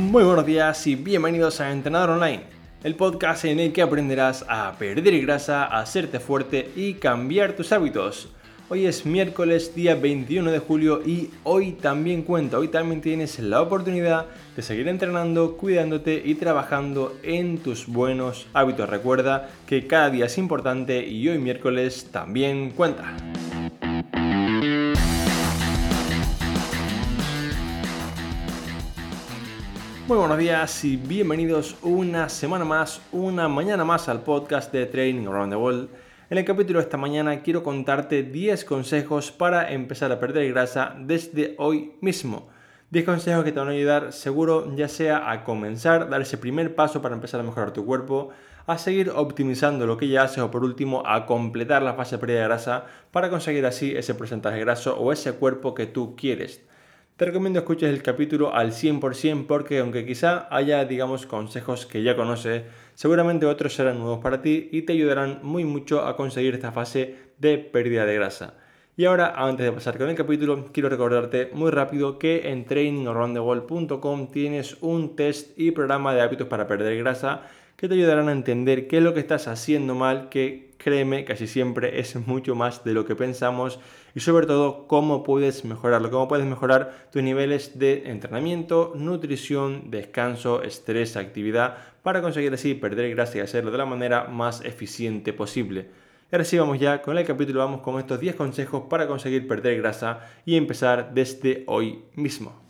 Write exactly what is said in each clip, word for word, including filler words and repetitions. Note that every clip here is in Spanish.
Muy buenos días y bienvenidos a Entrenador Online, el podcast en el que aprenderás a perder grasa, a hacerte fuerte y cambiar tus hábitos. Hoy es miércoles, día veintiuno de julio y hoy también cuenta, hoy también tienes la oportunidad de seguir entrenando, cuidándote y trabajando en tus buenos hábitos. Recuerda que cada día es importante y hoy miércoles también cuenta. Muy buenos días y bienvenidos una semana más, una mañana más al podcast de Training Around the World. En el capítulo de esta mañana quiero contarte diez consejos para empezar a perder grasa desde hoy mismo. diez consejos que te van a ayudar seguro ya sea a comenzar, dar ese primer paso para empezar a mejorar tu cuerpo, a seguir optimizando lo que ya haces o por último a completar la fase de pérdida de grasa para conseguir así ese porcentaje graso o ese cuerpo que tú quieres. Te recomiendo escuches el capítulo al cien por ciento porque aunque quizá haya, digamos, consejos que ya conoces, seguramente otros serán nuevos para ti y te ayudarán muy mucho a conseguir esta fase de pérdida de grasa. Y ahora, antes de pasar con el capítulo, quiero recordarte muy rápido que en training around the world punto com tienes un test y programa de hábitos para perder grasa que te ayudarán a entender qué es lo que estás haciendo mal, que créeme, casi siempre es mucho más de lo que pensamos y sobre todo cómo puedes mejorarlo, cómo puedes mejorar tus niveles de entrenamiento, nutrición, descanso, estrés, actividad para conseguir así perder grasa y hacerlo de la manera más eficiente posible. Y ahora sí vamos ya con el capítulo, vamos con estos diez consejos para conseguir perder grasa y empezar desde hoy mismo.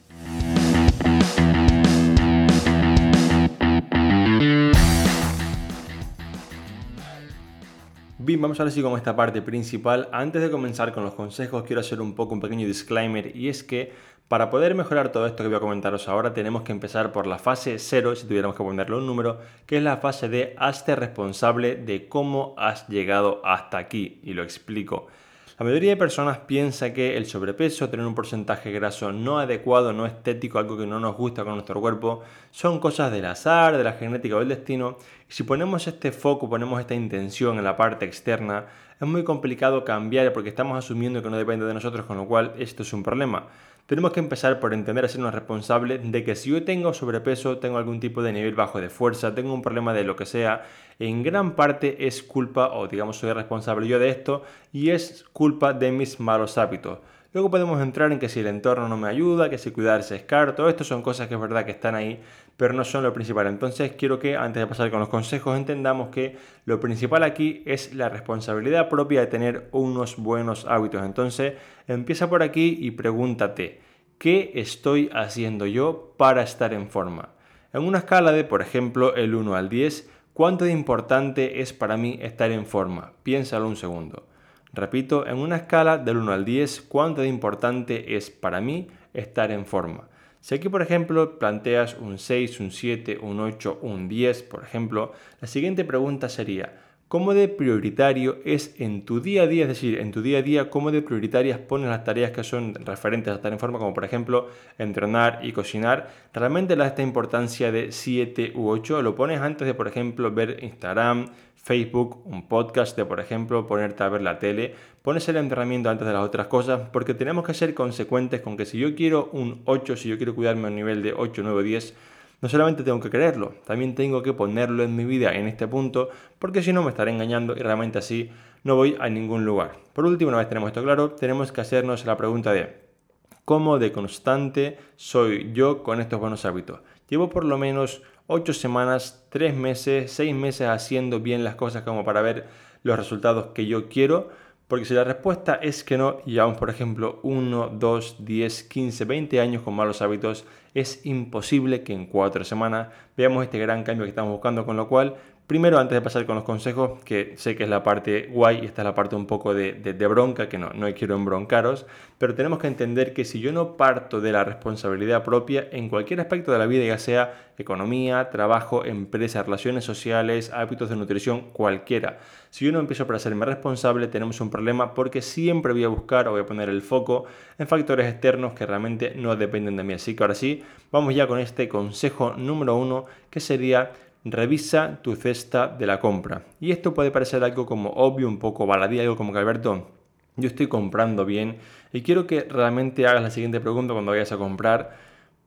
Bien, vamos ahora sí con esta parte principal. Antes de comenzar con los consejos, quiero hacer un poco un pequeño disclaimer y es que para poder mejorar todo esto que voy a comentaros ahora tenemos que empezar por la fase cero, si tuviéramos que ponerle un número, que es la fase de hazte responsable de cómo has llegado hasta aquí. Y lo explico. La mayoría de personas piensa que el sobrepeso, tener un porcentaje graso no adecuado, no estético, algo que no nos gusta con nuestro cuerpo, son cosas del azar, de la genética o del destino. Y si ponemos este foco, ponemos esta intención en la parte externa, es muy complicado cambiar porque estamos asumiendo que no depende de nosotros, con lo cual esto es un problema. Tenemos que empezar por entender a sernos responsables de que si yo tengo sobrepeso, tengo algún tipo de nivel bajo de fuerza, tengo un problema de lo que sea, en gran parte es culpa, o digamos soy responsable yo de esto, y es culpa de mis malos hábitos. Luego podemos entrar en que si el entorno no me ayuda, que si cuidarse es caro, todo esto son cosas que es verdad que están ahí, pero no son lo principal. Entonces quiero que antes de pasar con los consejos entendamos que lo principal aquí es la responsabilidad propia de tener unos buenos hábitos. Entonces empieza por aquí y pregúntate, ¿qué estoy haciendo yo para estar en forma? En una escala de, por ejemplo, el uno al diez, ¿cuánto de importante es para mí estar en forma? Piénsalo un segundo. Repito, en una escala del uno al diez, ¿cuánto de importante es para mí estar en forma? Si aquí, por ejemplo, planteas un seis, un siete, un ocho, un diez, por ejemplo, la siguiente pregunta sería, ¿cómo de prioritario es en tu día a día? Es decir, en tu día a día, ¿cómo de prioritarias pones las tareas que son referentes a estar en forma? Como por ejemplo, entrenar y cocinar. ¿Realmente le das esta importancia de siete u ocho? ¿Lo pones antes de, por ejemplo, ver Instagram, Facebook, un podcast, de por ejemplo, ponerte a ver la tele? ¿Pones el entrenamiento antes de las otras cosas? Porque tenemos que ser consecuentes con que si yo quiero un ocho, si yo quiero cuidarme a un nivel de ocho, nueve, diez, no solamente tengo que creerlo, también tengo que ponerlo en mi vida en este punto, porque si no me estaré engañando y realmente así no voy a ningún lugar. Por último, una vez tenemos esto claro, tenemos que hacernos la pregunta de ¿cómo de constante soy yo con estos buenos hábitos? Llevo por lo menos ocho semanas, tres meses, seis meses haciendo bien las cosas como para ver los resultados que yo quiero. Porque si la respuesta es que no, y llevamos por ejemplo uno, dos, diez, quince, veinte años con malos hábitos, es imposible que en cuatro semanas veamos este gran cambio que estamos buscando, con lo cual, primero antes de pasar con los consejos, que sé que es la parte guay y esta es la parte un poco de, de, de bronca, que no, no quiero embroncaros, pero tenemos que entender que si yo no parto de la responsabilidad propia en cualquier aspecto de la vida, ya sea economía, trabajo, empresa, relaciones sociales, hábitos de nutrición, cualquiera, si yo no empiezo por hacerme responsable, tenemos un problema porque siempre voy a buscar o voy a poner el foco en factores externos que realmente no dependen de mí. Así que ahora sí, vamos ya con este consejo número uno, que sería revisa tu cesta de la compra. Y esto puede parecer algo como obvio, un poco baladí, algo como que Alberto, yo estoy comprando bien y quiero que realmente hagas la siguiente pregunta cuando vayas a comprar.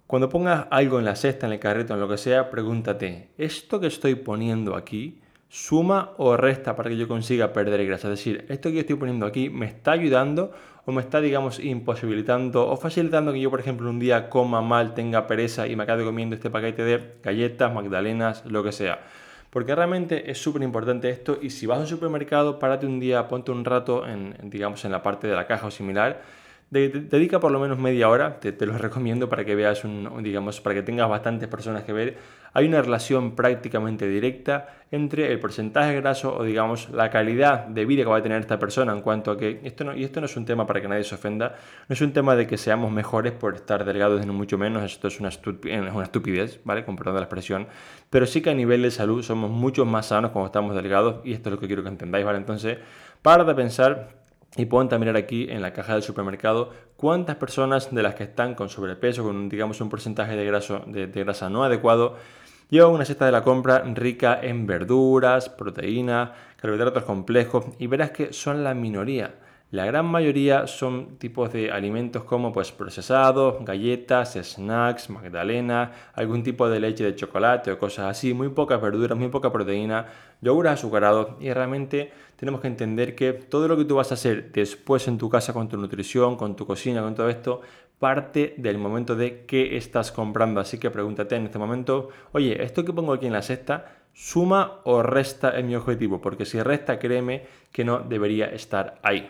Cuando pongas algo en la cesta, en el carrito, en lo que sea, pregúntate, ¿esto que estoy poniendo aquí suma o resta para que yo consiga perder grasa? Es decir, ¿esto que yo estoy poniendo aquí me está ayudando o me está, digamos, imposibilitando o facilitando que yo, por ejemplo, un día coma mal, tenga pereza y me acabe comiendo este paquete de galletas, magdalenas, lo que sea? Porque realmente es súper importante esto y si vas a un supermercado, párate un día, ponte un rato en, digamos, en la parte de la caja o similar. De- de- dedica por lo menos media hora, te, te lo recomiendo para que veas, un, un, digamos, para que tengas bastantes personas que ver. Hay una relación prácticamente directa entre el porcentaje graso o, digamos, la calidad de vida que va a tener esta persona en cuanto a que, esto no, y esto no es un tema para que nadie se ofenda, no es un tema de que seamos mejores por estar delgados, ni mucho menos, esto es una, estupi- es una estupidez, ¿vale? Con perdón de la expresión, pero sí que a nivel de salud somos mucho más sanos cuando estamos delgados y esto es lo que quiero que entendáis, ¿vale? Entonces, para de pensar y ponte a mirar aquí en la caja del supermercado cuántas personas de las que están con sobrepeso, con digamos un porcentaje de, graso, de, de grasa no adecuado, llevan una cesta de la compra rica en verduras, proteínas, carbohidratos complejos y verás que son la minoría. La gran mayoría son tipos de alimentos como pues procesados, galletas, snacks, magdalenas, algún tipo de leche de chocolate o cosas así, muy pocas verduras, muy poca proteína, yogures azucarados y realmente tenemos que entender que todo lo que tú vas a hacer después en tu casa con tu nutrición, con tu cocina, con todo esto, parte del momento de qué estás comprando. Así que pregúntate en este momento, oye, ¿esto que pongo aquí en la cesta suma o resta en mi objetivo? Porque si resta, créeme que no debería estar ahí.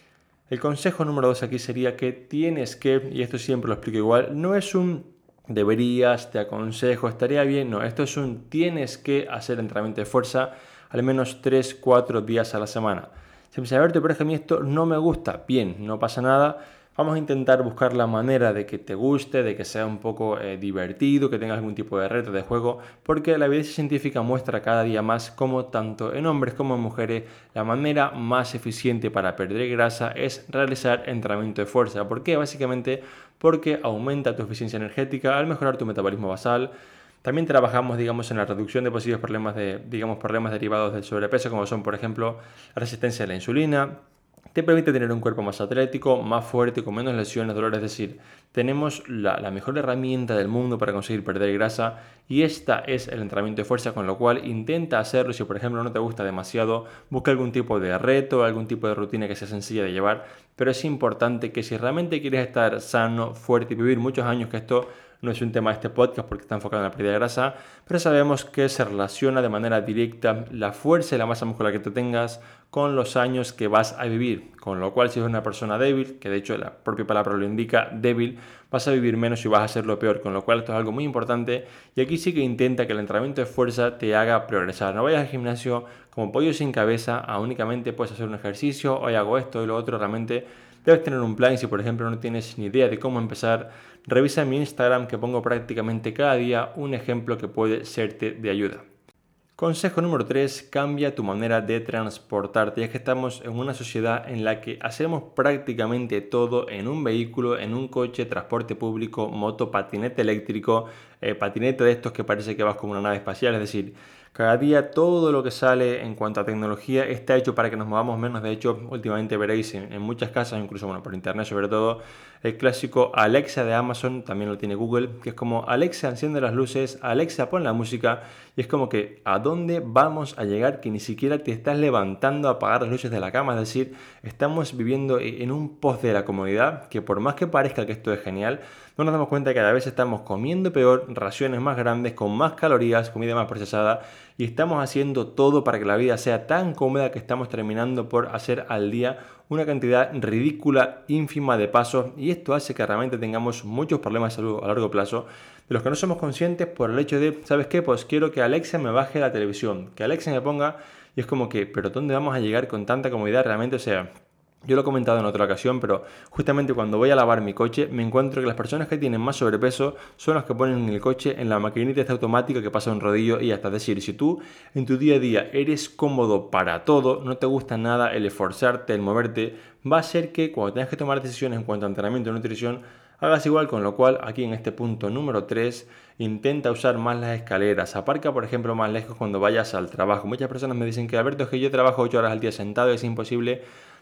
El consejo número dos aquí sería que tienes que, y esto siempre lo explico igual, no es un deberías, te aconsejo, estaría bien, no, esto es un tienes que hacer entrenamiento de fuerza al menos tres cuatro días a la semana. Si me dice, Alberto, pero es que a mí esto no me gusta, bien, no pasa nada. Vamos a intentar buscar la manera de que te guste, de que sea un poco eh, divertido, que tengas algún tipo de reto de juego, porque la evidencia científica muestra cada día más cómo tanto en hombres como en mujeres la manera más eficiente para perder grasa es realizar entrenamiento de fuerza. ¿Por qué? Básicamente porque aumenta tu eficiencia energética al mejorar tu metabolismo basal. También trabajamos, digamos, en la reducción de posibles problemas de, digamos, problemas derivados del sobrepeso, como son, por ejemplo, la resistencia a la insulina. Te permite tener un cuerpo más atlético, más fuerte, con menos lesiones, dolores. Es decir, tenemos la, la mejor herramienta del mundo para conseguir perder grasa y esta es el entrenamiento de fuerza, con lo cual intenta hacerlo. Si, por ejemplo, no te gusta demasiado, busca algún tipo de reto, algún tipo de rutina que sea sencilla de llevar. Pero es importante que si realmente quieres estar sano, fuerte y vivir muchos años, que esto no es un tema de este podcast porque está enfocado en la pérdida de grasa, pero sabemos que se relaciona de manera directa la fuerza y la masa muscular que tú tengas con los años que vas a vivir. Con lo cual, si eres una persona débil, que de hecho la propia palabra lo indica, débil, vas a vivir menos y vas a hacerlo peor. Con lo cual, esto es algo muy importante. Y aquí sí que intenta que el entrenamiento de fuerza te haga progresar. No vayas al gimnasio como pollo sin cabeza a únicamente puedes hacer un ejercicio, hoy hago esto y lo otro. Realmente debes tener un plan y si por ejemplo no tienes ni idea de cómo empezar, revisa mi Instagram que pongo prácticamente cada día un ejemplo que puede serte de ayuda. Consejo número tres, cambia tu manera de transportarte. Ya que estamos en una sociedad en la que hacemos prácticamente todo en un vehículo, en un coche, transporte público, moto, patinete eléctrico, eh, patinete de estos que parece que vas como una nave espacial. Es decir, cada día todo lo que sale en cuanto a tecnología está hecho para que nos movamos menos. De hecho, últimamente veréis en, en muchas casas, incluso bueno, por internet sobre todo, el clásico Alexa de Amazon, también lo tiene Google, que es como Alexa enciende las luces, Alexa pon la música, y es como que ¿a dónde vamos a llegar que ni siquiera te estás levantando a apagar las luces de la cama? Es decir, estamos viviendo en un post de la comodidad que por más que parezca que esto es genial, no nos damos cuenta que cada vez estamos comiendo peor, raciones más grandes, con más calorías, comida más procesada, y estamos haciendo todo para que la vida sea tan cómoda que estamos terminando por hacer al día una cantidad ridícula, ínfima de pasos, y esto hace que realmente tengamos muchos problemas de salud a largo plazo, de los que no somos conscientes por el hecho de, ¿sabes qué? Pues quiero que Alexa me baje la televisión, que Alexa me ponga, y es como que, ¿pero dónde vamos a llegar con tanta comodidad realmente? O sea, yo lo he comentado en otra ocasión, pero justamente cuando voy a lavar mi coche me encuentro que las personas que tienen más sobrepeso son las que ponen el coche en la maquinita esta automática que pasa un rodillo y hasta. Es decir, si tú en tu día a día eres cómodo para todo, no te gusta nada el esforzarte, el moverte, va a ser que cuando tengas que tomar decisiones en cuanto a entrenamiento y nutrición, hagas igual, con lo cual aquí en este punto número tres, intenta usar más las escaleras. Aparca, por ejemplo, más lejos cuando vayas al trabajo. Muchas personas me dicen que Alberto, es que yo trabajo ocho horas al día sentado y es imposible.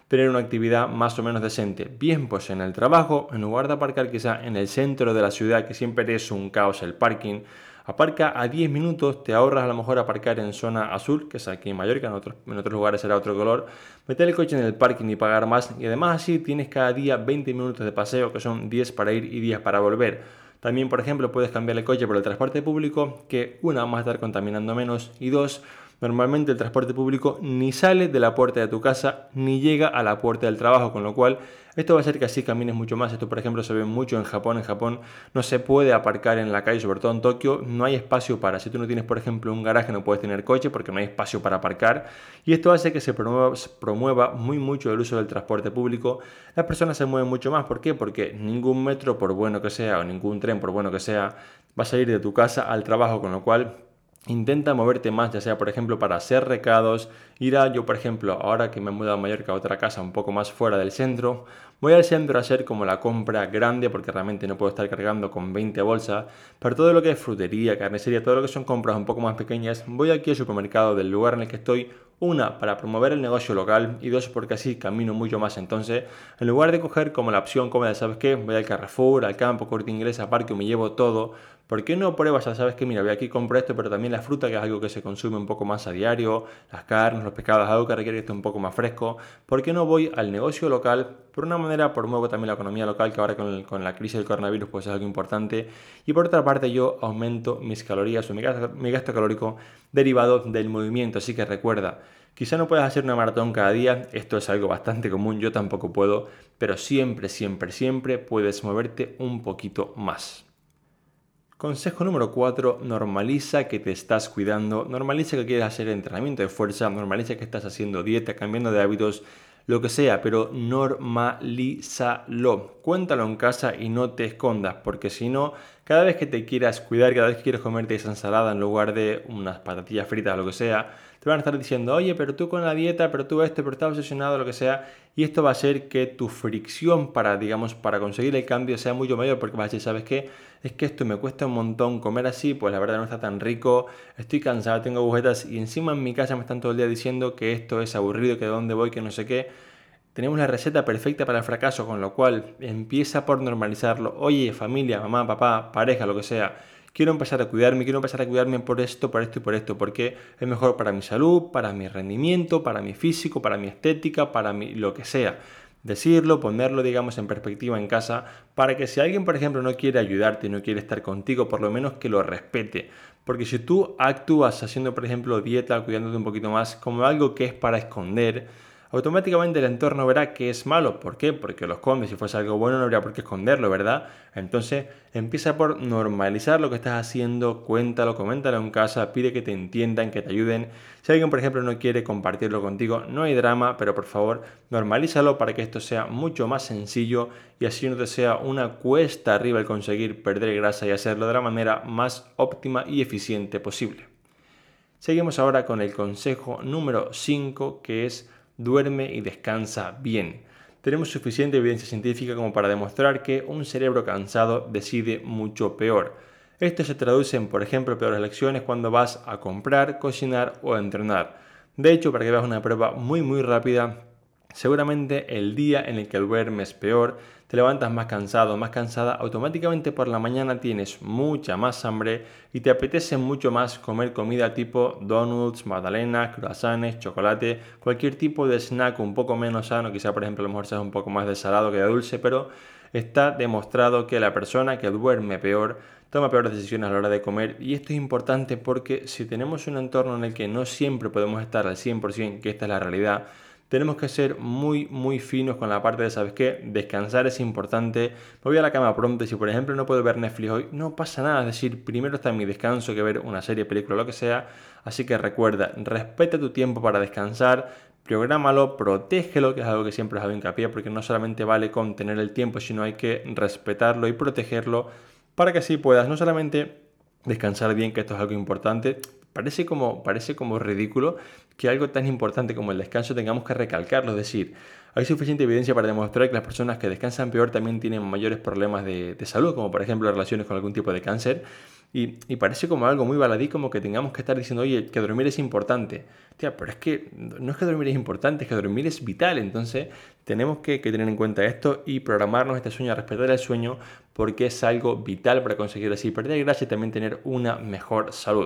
tener una actividad más o menos decente. Bien, pues en el trabajo, en lugar de aparcar quizá en el centro de la ciudad, que siempre es un caos el parking, aparca a diez minutos, te ahorras a lo mejor aparcar en zona azul, que es aquí en Mallorca, en otros, en otros lugares será otro color, meter el coche en el parking y pagar más, y además así tienes cada día veinte minutos de paseo, que son diez para ir y diez para volver. También, por ejemplo, puedes cambiar el coche por el transporte público, que una, vamos a estar contaminando menos, y dos, normalmente el transporte público ni sale de la puerta de tu casa ni llega a la puerta del trabajo, con lo cual esto va a hacer que así camines mucho más. Esto, por ejemplo, se ve mucho en Japón. En Japón no se puede aparcar en la calle, sobre todo en Tokio, no hay espacio para. Si tú no tienes, por ejemplo, un garaje, no puedes tener coche porque no hay espacio para aparcar. Y esto hace que se promueva, promueva muy mucho el uso del transporte público. Las personas se mueven mucho más. ¿Por qué? Porque ningún metro, por bueno que sea, o ningún tren, por bueno que sea, va a salir de tu casa al trabajo, con lo cual intenta moverte más, ya sea por ejemplo para hacer recados, ir a, yo por ejemplo, ahora que me he mudado a Mallorca a otra casa un poco más fuera del centro, voy al centro a hacer como la compra grande porque realmente no puedo estar cargando con veinte bolsas, pero todo lo que es frutería, carnicería, todo lo que son compras un poco más pequeñas, voy aquí al supermercado del lugar en el que estoy, una, para promover el negocio local y dos, porque así camino mucho más. Entonces, en lugar de coger como la opción cómoda, ¿sabes qué? Voy al Carrefour, al Campo, Corte Inglés, a Parque, me llevo todo. ¿Por qué no pruebas? ¿Sabes qué? Mira, voy aquí, compro esto, pero también la fruta, que es algo que se consume un poco más a diario, las carnes, los pescados, algo que requiere que esté un poco más fresco. ¿Por qué no voy al negocio local? Por una manera promuevo también la economía local, que ahora con, el, con la crisis del coronavirus pues es algo importante. Y por otra parte yo aumento mis calorías o mi gasto, mi gasto calórico derivado del movimiento. Así que recuerda, quizá no puedas hacer una maratón cada día, esto es algo bastante común, yo tampoco puedo, pero siempre, siempre, siempre puedes moverte un poquito más. Consejo número cuatro, normaliza que te estás cuidando, normaliza que quieres hacer entrenamiento de fuerza, normaliza que estás haciendo dieta, cambiando de hábitos, lo que sea, pero normalízalo. Cuéntalo en casa y no te escondas, porque si no, cada vez que te quieras cuidar, cada vez que quieres comerte esa ensalada en lugar de unas patatillas fritas o lo que sea, te van a estar diciendo, oye, pero tú con la dieta, pero tú esto, pero estás obsesionado, lo que sea, y esto va a hacer que tu fricción para, digamos, para conseguir el cambio sea mucho mayor, porque vas a decir, ¿sabes qué? Es que esto me cuesta un montón comer así, pues la verdad no está tan rico, estoy cansado, tengo agujetas y encima en mi casa me están todo el día diciendo que esto es aburrido, que de dónde voy, que no sé qué. Tenemos la receta perfecta para el fracaso, con lo cual empieza por normalizarlo. Oye, familia, mamá, papá, pareja, lo que sea, quiero empezar a cuidarme, quiero empezar a cuidarme por esto, por esto y por esto, porque es mejor para mi salud, para mi rendimiento, para mi físico, para mi estética, para mi lo que sea. Decirlo, ponerlo, digamos, en perspectiva en casa, para que si alguien, por ejemplo, no quiere ayudarte, no quiere estar contigo, por lo menos que lo respete. Porque si tú actúas haciendo, por ejemplo, dieta, cuidándote un poquito más, como algo que es para esconder, automáticamente el entorno verá que es malo. ¿Por qué? Porque lo escondes. Si fuese algo bueno no habría por qué esconderlo, ¿verdad? Entonces empieza por normalizar lo que estás haciendo, cuéntalo, coméntalo en casa, pide que te entiendan, que te ayuden. Si alguien, por ejemplo, no quiere compartirlo contigo, no hay drama, pero por favor normalízalo para que esto sea mucho más sencillo y así no te sea una cuesta arriba el conseguir perder grasa y hacerlo de la manera más óptima y eficiente posible. Seguimos ahora con el consejo número cinco, que es duerme y descansa bien. Tenemos suficiente evidencia científica como para demostrar que un cerebro cansado decide mucho peor. Esto se traduce en, por ejemplo, peores elecciones cuando vas a comprar, cocinar o entrenar. De hecho, para que veas una prueba muy muy rápida, seguramente el día en el que duermes peor, te levantas más cansado, más cansada, automáticamente por la mañana tienes mucha más hambre y te apetece mucho más comer comida tipo donuts, magdalenas, croissants, chocolate, cualquier tipo de snack un poco menos sano, quizá por ejemplo a lo mejor sea un poco más de salado que de dulce, pero está demostrado que la persona que duerme peor toma peores decisiones a la hora de comer y esto es importante porque si tenemos un entorno en el que no siempre podemos estar al cien por ciento, que esta es la realidad, tenemos que ser muy, muy finos con la parte de, ¿sabes qué? Descansar es importante. Me voy a la cama pronto y si, por ejemplo, no puedo ver Netflix hoy, no pasa nada. Es decir, primero está mi descanso que ver una serie, película, lo que sea. Así que recuerda, respeta tu tiempo para descansar, prográmalo, protégelo, que es algo que siempre os hago hincapié, porque no solamente vale con tener el tiempo, sino hay que respetarlo y protegerlo para que así puedas no solamente descansar bien, que esto es algo importante, parece como, parece como ridículo que algo tan importante como el descanso tengamos que recalcarlo. Es decir, hay suficiente evidencia para demostrar que las personas que descansan peor también tienen mayores problemas de, de salud, como por ejemplo relaciones con algún tipo de cáncer. Y, y parece como algo muy baladí, como que tengamos que estar diciendo, oye, que dormir es importante. Tía, pero es que no es que dormir es importante, es que dormir es vital. Entonces tenemos que, que tener en cuenta esto y programarnos este sueño, respetar el sueño, porque es algo vital para conseguir así perder grasa y también tener una mejor salud.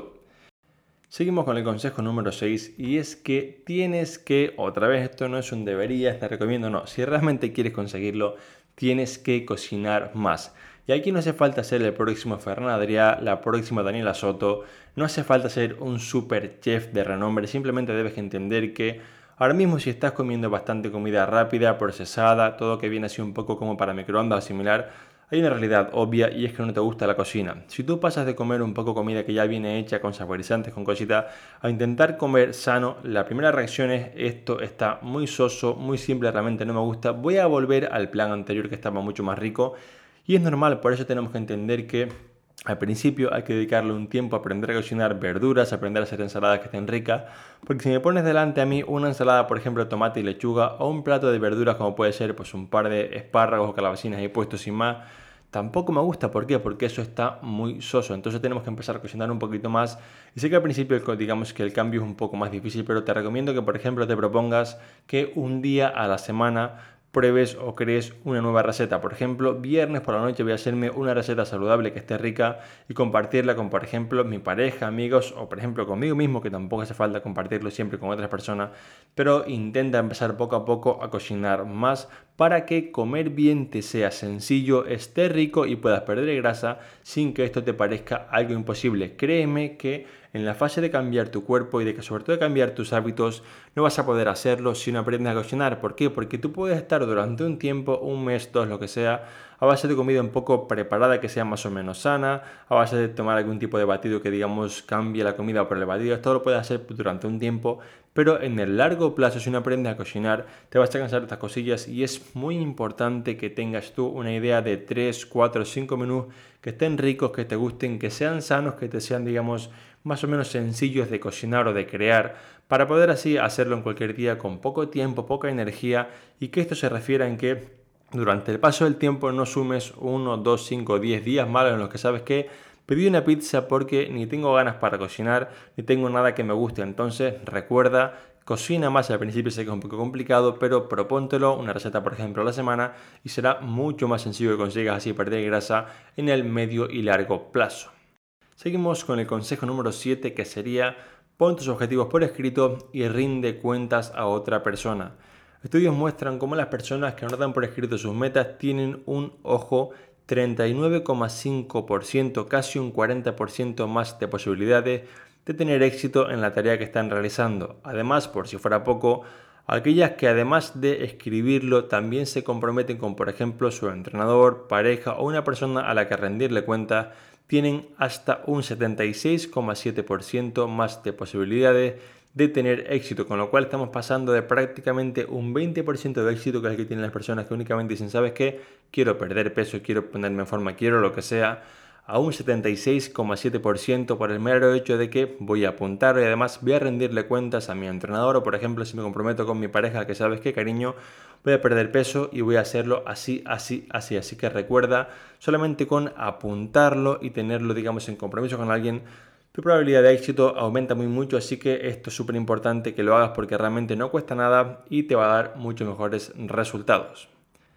Seguimos con el consejo número seis y es que tienes que, otra vez esto no es un debería, te recomiendo, no, si realmente quieres conseguirlo, tienes que cocinar más. Y aquí no hace falta ser el próximo Ferran Adrià, la próxima Daniela Soto, no hace falta ser un super chef de renombre, simplemente debes entender que ahora mismo si estás comiendo bastante comida rápida, procesada, todo que viene así un poco como para microondas o similar, hay una realidad obvia y es que no te gusta la cocina. Si tú pasas de comer un poco comida que ya viene hecha con saborizantes, con cositas, a intentar comer sano, la primera reacción es esto está muy soso, muy simple, realmente no me gusta, voy a volver al plan anterior que estaba mucho más rico y es normal, por eso tenemos que entender que al principio hay que dedicarle un tiempo a aprender a cocinar verduras, aprender a hacer ensaladas que estén ricas, porque si me pones delante a mí una ensalada, por ejemplo, de tomate y lechuga, o un plato de verduras como puede ser pues un par de espárragos o calabacinas ahí puestos sin más, tampoco me gusta. ¿Por qué? Porque eso está muy soso. Entonces tenemos que empezar a cocinar un poquito más. Y sé que al principio digamos que el cambio es un poco más difícil, pero te recomiendo que, por ejemplo, te propongas que un día a la semana pruebes o crees una nueva receta. Por ejemplo, viernes por la noche voy a hacerme una receta saludable que esté rica y compartirla con, por ejemplo, mi pareja, amigos o, por ejemplo, conmigo mismo, que tampoco hace falta compartirlo siempre con otras personas, pero intenta empezar poco a poco a cocinar más para que comer bien te sea sencillo, esté rico y puedas perder grasa sin que esto te parezca algo imposible. Créeme que en la fase de cambiar tu cuerpo y de que sobre todo de cambiar tus hábitos, no vas a poder hacerlo si no aprendes a cocinar. ¿Por qué? Porque tú puedes estar durante un tiempo, un mes, dos, lo que sea, a base de comida un poco preparada que sea más o menos sana, a base de tomar algún tipo de batido que digamos cambie la comida por el batido. Esto lo puedes hacer durante un tiempo, pero en el largo plazo si no aprendes a cocinar te vas a cansar de estas cosillas y es muy importante que tengas tú una idea de tres, cuatro, cinco menús que estén ricos, que te gusten, que sean sanos, que te sean digamos más o menos sencillos de cocinar o de crear, para poder así hacerlo en cualquier día con poco tiempo, poca energía y que esto se refiera en que durante el paso del tiempo no sumes uno, dos, cinco, diez días malos en los que sabes que pedí una pizza porque ni tengo ganas para cocinar, ni tengo nada que me guste. Entonces recuerda, cocina más. Al principio sé que es un poco complicado, pero propóntelo, una receta por ejemplo a la semana y será mucho más sencillo que consigas así perder grasa en el medio y largo plazo. Seguimos con el consejo número siete, que sería pon tus objetivos por escrito y rinde cuentas a otra persona. Estudios muestran cómo las personas que anotan por escrito sus metas tienen un, ojo, treinta y nueve coma cinco por ciento, casi un cuarenta por ciento más de posibilidades de tener éxito en la tarea que están realizando. Además, por si fuera poco, aquellas que además de escribirlo también se comprometen con, por ejemplo, su entrenador, pareja o una persona a la que rendirle cuentas, tienen hasta un setenta y seis coma siete por ciento más de posibilidades de tener éxito, con lo cual estamos pasando de prácticamente un veinte por ciento de éxito, que es el que tienen las personas que únicamente dicen, ¿sabes qué? Quiero perder peso, quiero ponerme en forma, quiero lo que sea, a un setenta y seis coma siete por ciento por el mero hecho de que voy a apuntar y además voy a rendirle cuentas a mi entrenador, o por ejemplo si me comprometo con mi pareja que sabes qué cariño, voy a perder peso y voy a hacerlo así, así, así. Así que recuerda, solamente con apuntarlo y tenerlo digamos en compromiso con alguien, tu probabilidad de éxito aumenta muy mucho, así que esto es súper importante que lo hagas porque realmente no cuesta nada y te va a dar muchos mejores resultados.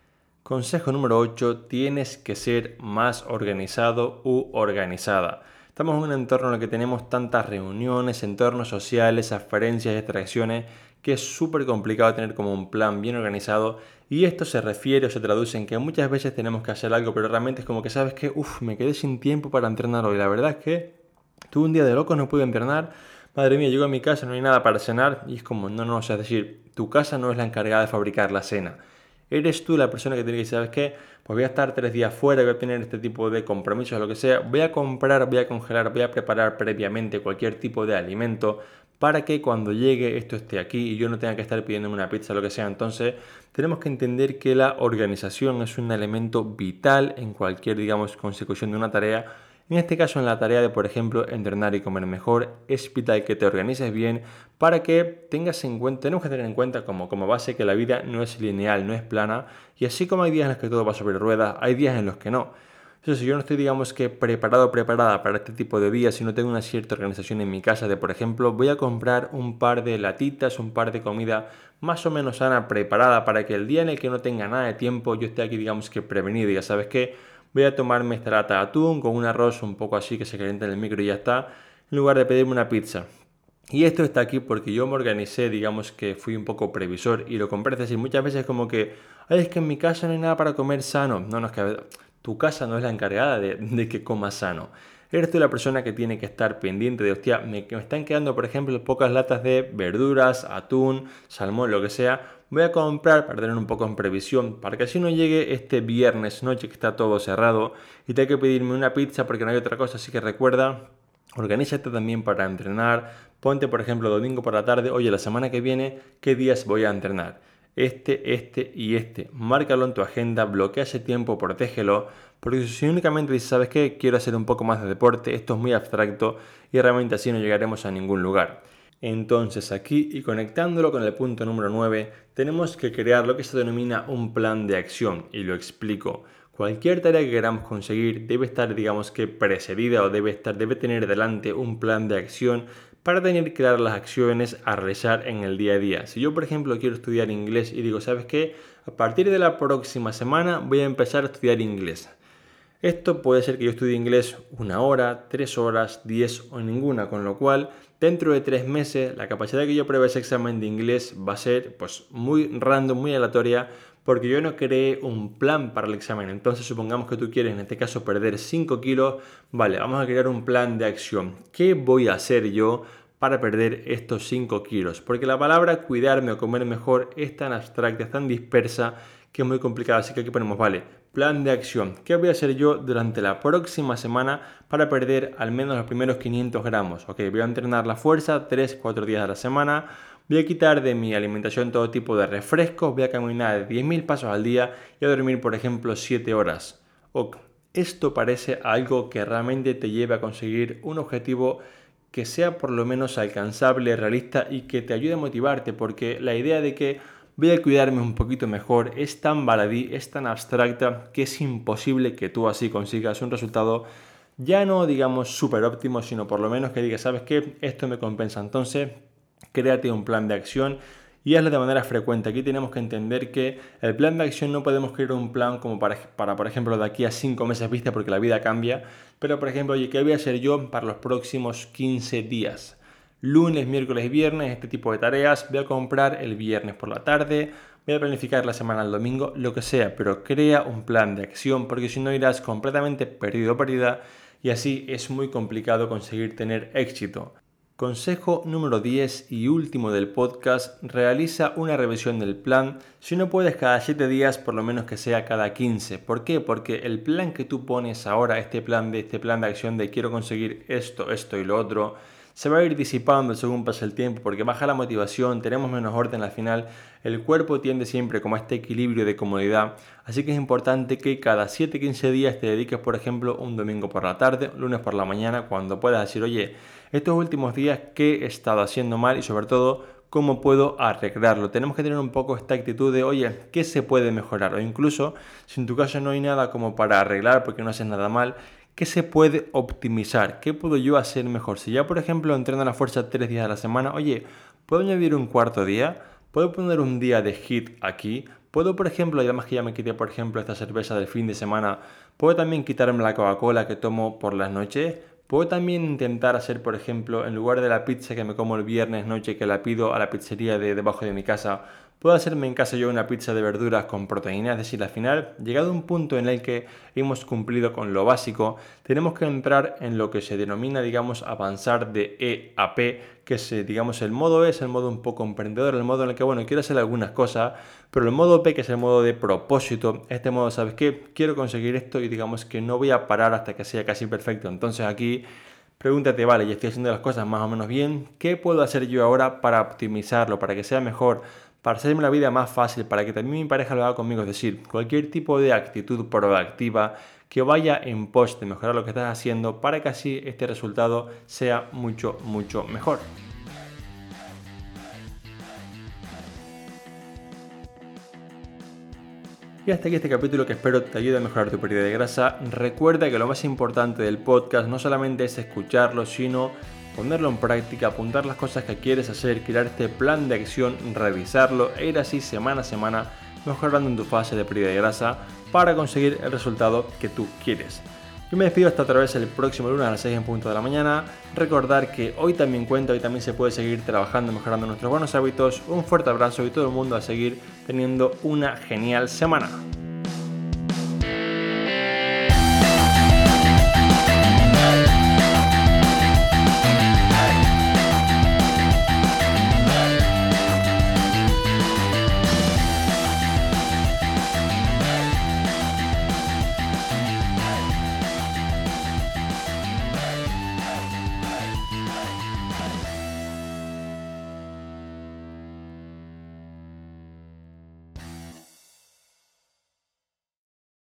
Consejo número ocho, tienes que ser más organizado u organizada. Estamos en un entorno en el que tenemos tantas reuniones, entornos sociales, aferencias y distracciones que es súper complicado tener como un plan bien organizado y esto se refiere o se traduce en que muchas veces tenemos que hacer algo pero realmente es como que sabes que uff, me quedé sin tiempo para entrenar hoy. La verdad es que tuve un día de locos, no pude entrenar. Madre mía, llego a mi casa, no hay nada para cenar y es como, no, no, o sea, es decir, tu casa no es la encargada de fabricar la cena. Eres tú la persona que tiene que decir, ¿sabes qué? Pues voy a estar tres días fuera, voy a tener este tipo de compromisos, lo que sea. Voy a comprar, voy a congelar, voy a preparar previamente cualquier tipo de alimento para que cuando llegue esto esté aquí y yo no tenga que estar pidiéndome una pizza o lo que sea. Entonces, tenemos que entender que la organización es un elemento vital en cualquier, digamos, consecución de una tarea En este caso, en la tarea de, por ejemplo, entrenar y comer mejor, es vital que te organices bien para que tengas en cuenta, tenemos que tener en cuenta como, como base que la vida no es lineal, no es plana, y así como hay días en los que todo va sobre ruedas, hay días en los que no. Entonces, si yo no estoy, digamos que preparado o preparada para este tipo de días, si no tengo una cierta organización en mi casa de, por ejemplo, voy a comprar un par de latitas, un par de comida más o menos sana preparada para que el día en el que no tenga nada de tiempo, yo esté aquí, digamos que prevenido. Y ya sabes que voy a tomarme esta lata de atún con un arroz un poco así que se calienta en el micro y ya está, en lugar de pedirme una pizza. Y esto está aquí porque yo me organicé, digamos que fui un poco previsor y lo compré. Es decir, muchas veces como que, ay, es que en mi casa no hay nada para comer sano. No, no, es que a ver, tu casa no es la encargada de, de que comas sano. Eres tú la persona que tiene que estar pendiente de, hostia, me, me están quedando, por ejemplo, pocas latas de verduras, atún, salmón, lo que sea. Voy a comprar para tener un poco en previsión, para que así no llegue este viernes noche que está todo cerrado y tenga que pedirme una pizza porque no hay otra cosa. Así que recuerda, organízate también para entrenar. Ponte, por ejemplo, domingo por la tarde, oye, la semana que viene, ¿qué días voy a entrenar? Este, este y este. Márcalo en tu agenda, bloquea ese tiempo, protégelo. Porque si únicamente dices, ¿sabes qué? Quiero hacer un poco más de deporte, esto es muy abstracto y realmente así no llegaremos a ningún lugar. Entonces aquí, y conectándolo con el punto número nueve, tenemos que crear lo que se denomina un plan de acción, y lo explico. Cualquier tarea que queramos conseguir debe estar, digamos que precedida o debe estar, debe tener delante un plan de acción para tener claras las acciones a realizar en el día a día. Si yo, por ejemplo, quiero estudiar inglés y digo, ¿sabes qué? A partir de la próxima semana voy a empezar a estudiar inglés. Esto puede ser que yo estudie inglés una hora, tres horas, diez o ninguna, con lo cual dentro de tres meses la capacidad que yo pruebe ese examen de inglés va a ser pues muy random, muy aleatoria, porque yo no creé un plan para el examen. Entonces supongamos que tú quieres en este caso perder cinco kilos, vale, vamos a crear un plan de acción. ¿Qué voy a hacer yo para perder estos cinco kilos? Porque la palabra cuidarme o comer mejor es tan abstracta, es tan dispersa que es muy complicada, así que aquí ponemos, vale, plan de acción. ¿Qué voy a hacer yo durante la próxima semana para perder al menos los primeros quinientos gramos? Ok, voy a entrenar la fuerza tres cuatro días a la semana. Voy a quitar de mi alimentación todo tipo de refrescos. Voy a caminar diez mil pasos al día y a dormir, por ejemplo, siete horas. Ok, esto parece algo que realmente te lleve a conseguir un objetivo que sea por lo menos alcanzable, realista y que te ayude a motivarte, porque la idea de que voy a cuidarme un poquito mejor es tan baladí, es tan abstracta que es imposible que tú así consigas un resultado ya no digamos súper óptimo, sino por lo menos que digas, ¿sabes qué? Esto me compensa. Entonces, créate un plan de acción y hazlo de manera frecuente. Aquí tenemos que entender que el plan de acción no podemos crear un plan como para, para por ejemplo, de aquí a cinco meses vista porque la vida cambia. Pero, por ejemplo, oye, ¿qué voy a hacer yo para los próximos quince días? Lunes, miércoles y viernes, este tipo de tareas. Voy a comprar el viernes por la tarde. Voy a planificar la semana el domingo, lo que sea. Pero crea un plan de acción porque si no irás completamente perdido o perdida y así es muy complicado conseguir tener éxito. Consejo número diez y último del podcast, realiza una revisión del plan, si no puedes cada siete días, por lo menos que sea cada quince. ¿Por qué? Porque el plan que tú pones ahora, este plan de este plan de acción de quiero conseguir esto, esto y lo otro, se va a ir disipando según pasa el tiempo porque baja la motivación, tenemos menos orden al final, el cuerpo tiende siempre como a este equilibrio de comodidad, así que es importante que cada siete a quince días te dediques, por ejemplo, un domingo por la tarde, un lunes por la mañana, cuando puedas decir, oye, estos últimos días, ¿qué he estado haciendo mal? Y sobre todo, ¿cómo puedo arreglarlo? Tenemos que tener un poco esta actitud de, oye, ¿qué se puede mejorar? O incluso, si en tu caso no hay nada como para arreglar porque no haces nada mal, ¿qué se puede optimizar? ¿Qué puedo yo hacer mejor? Si ya, por ejemplo, entreno a la fuerza tres días a la semana, oye, ¿puedo añadir un cuarto día? ¿Puedo poner un día de hit aquí? ¿Puedo, por ejemplo, y además que ya me quité, por ejemplo, esta cerveza del fin de semana, ¿puedo también quitarme la Coca-Cola que tomo por las noches? ¿Puedo también intentar hacer, por ejemplo, en lugar de la pizza que me como el viernes noche, que la pido a la pizzería de debajo de mi casa, puedo hacerme en casa yo una pizza de verduras con proteínas? Es decir, al final, llegado a un punto en el que hemos cumplido con lo básico, tenemos que entrar en lo que se denomina, digamos, avanzar de E a P, que es, digamos, el modo E es el modo un poco emprendedor, el modo en el que, bueno, quiero hacer algunas cosas, pero el modo P, que es el modo de propósito, este modo, ¿sabes qué? Quiero conseguir esto y digamos que no voy a parar hasta que sea casi perfecto. Entonces aquí pregúntate, vale, ya estoy haciendo las cosas más o menos bien, ¿qué puedo hacer yo ahora para optimizarlo, para que sea mejor, para hacerme la vida más fácil, para que también mi pareja lo haga conmigo? Es decir, cualquier tipo de actitud proactiva que vaya en pos de mejorar lo que estás haciendo para que así este resultado sea mucho, mucho mejor. Y hasta aquí este capítulo que espero te ayude a mejorar tu pérdida de grasa. Recuerda que lo más importante del podcast no solamente es escucharlo, sino ponerlo en práctica, apuntar las cosas que quieres hacer, crear este plan de acción, revisarlo e ir así semana a semana mejorando en tu fase de pérdida de grasa para conseguir el resultado que tú quieres. Yo me despido hasta otra vez el próximo lunes a las seis en punto de la mañana. Recordar que hoy también cuenta, hoy también se puede seguir trabajando, mejorando nuestros buenos hábitos. Un fuerte abrazo y todo el mundo a seguir teniendo una genial semana.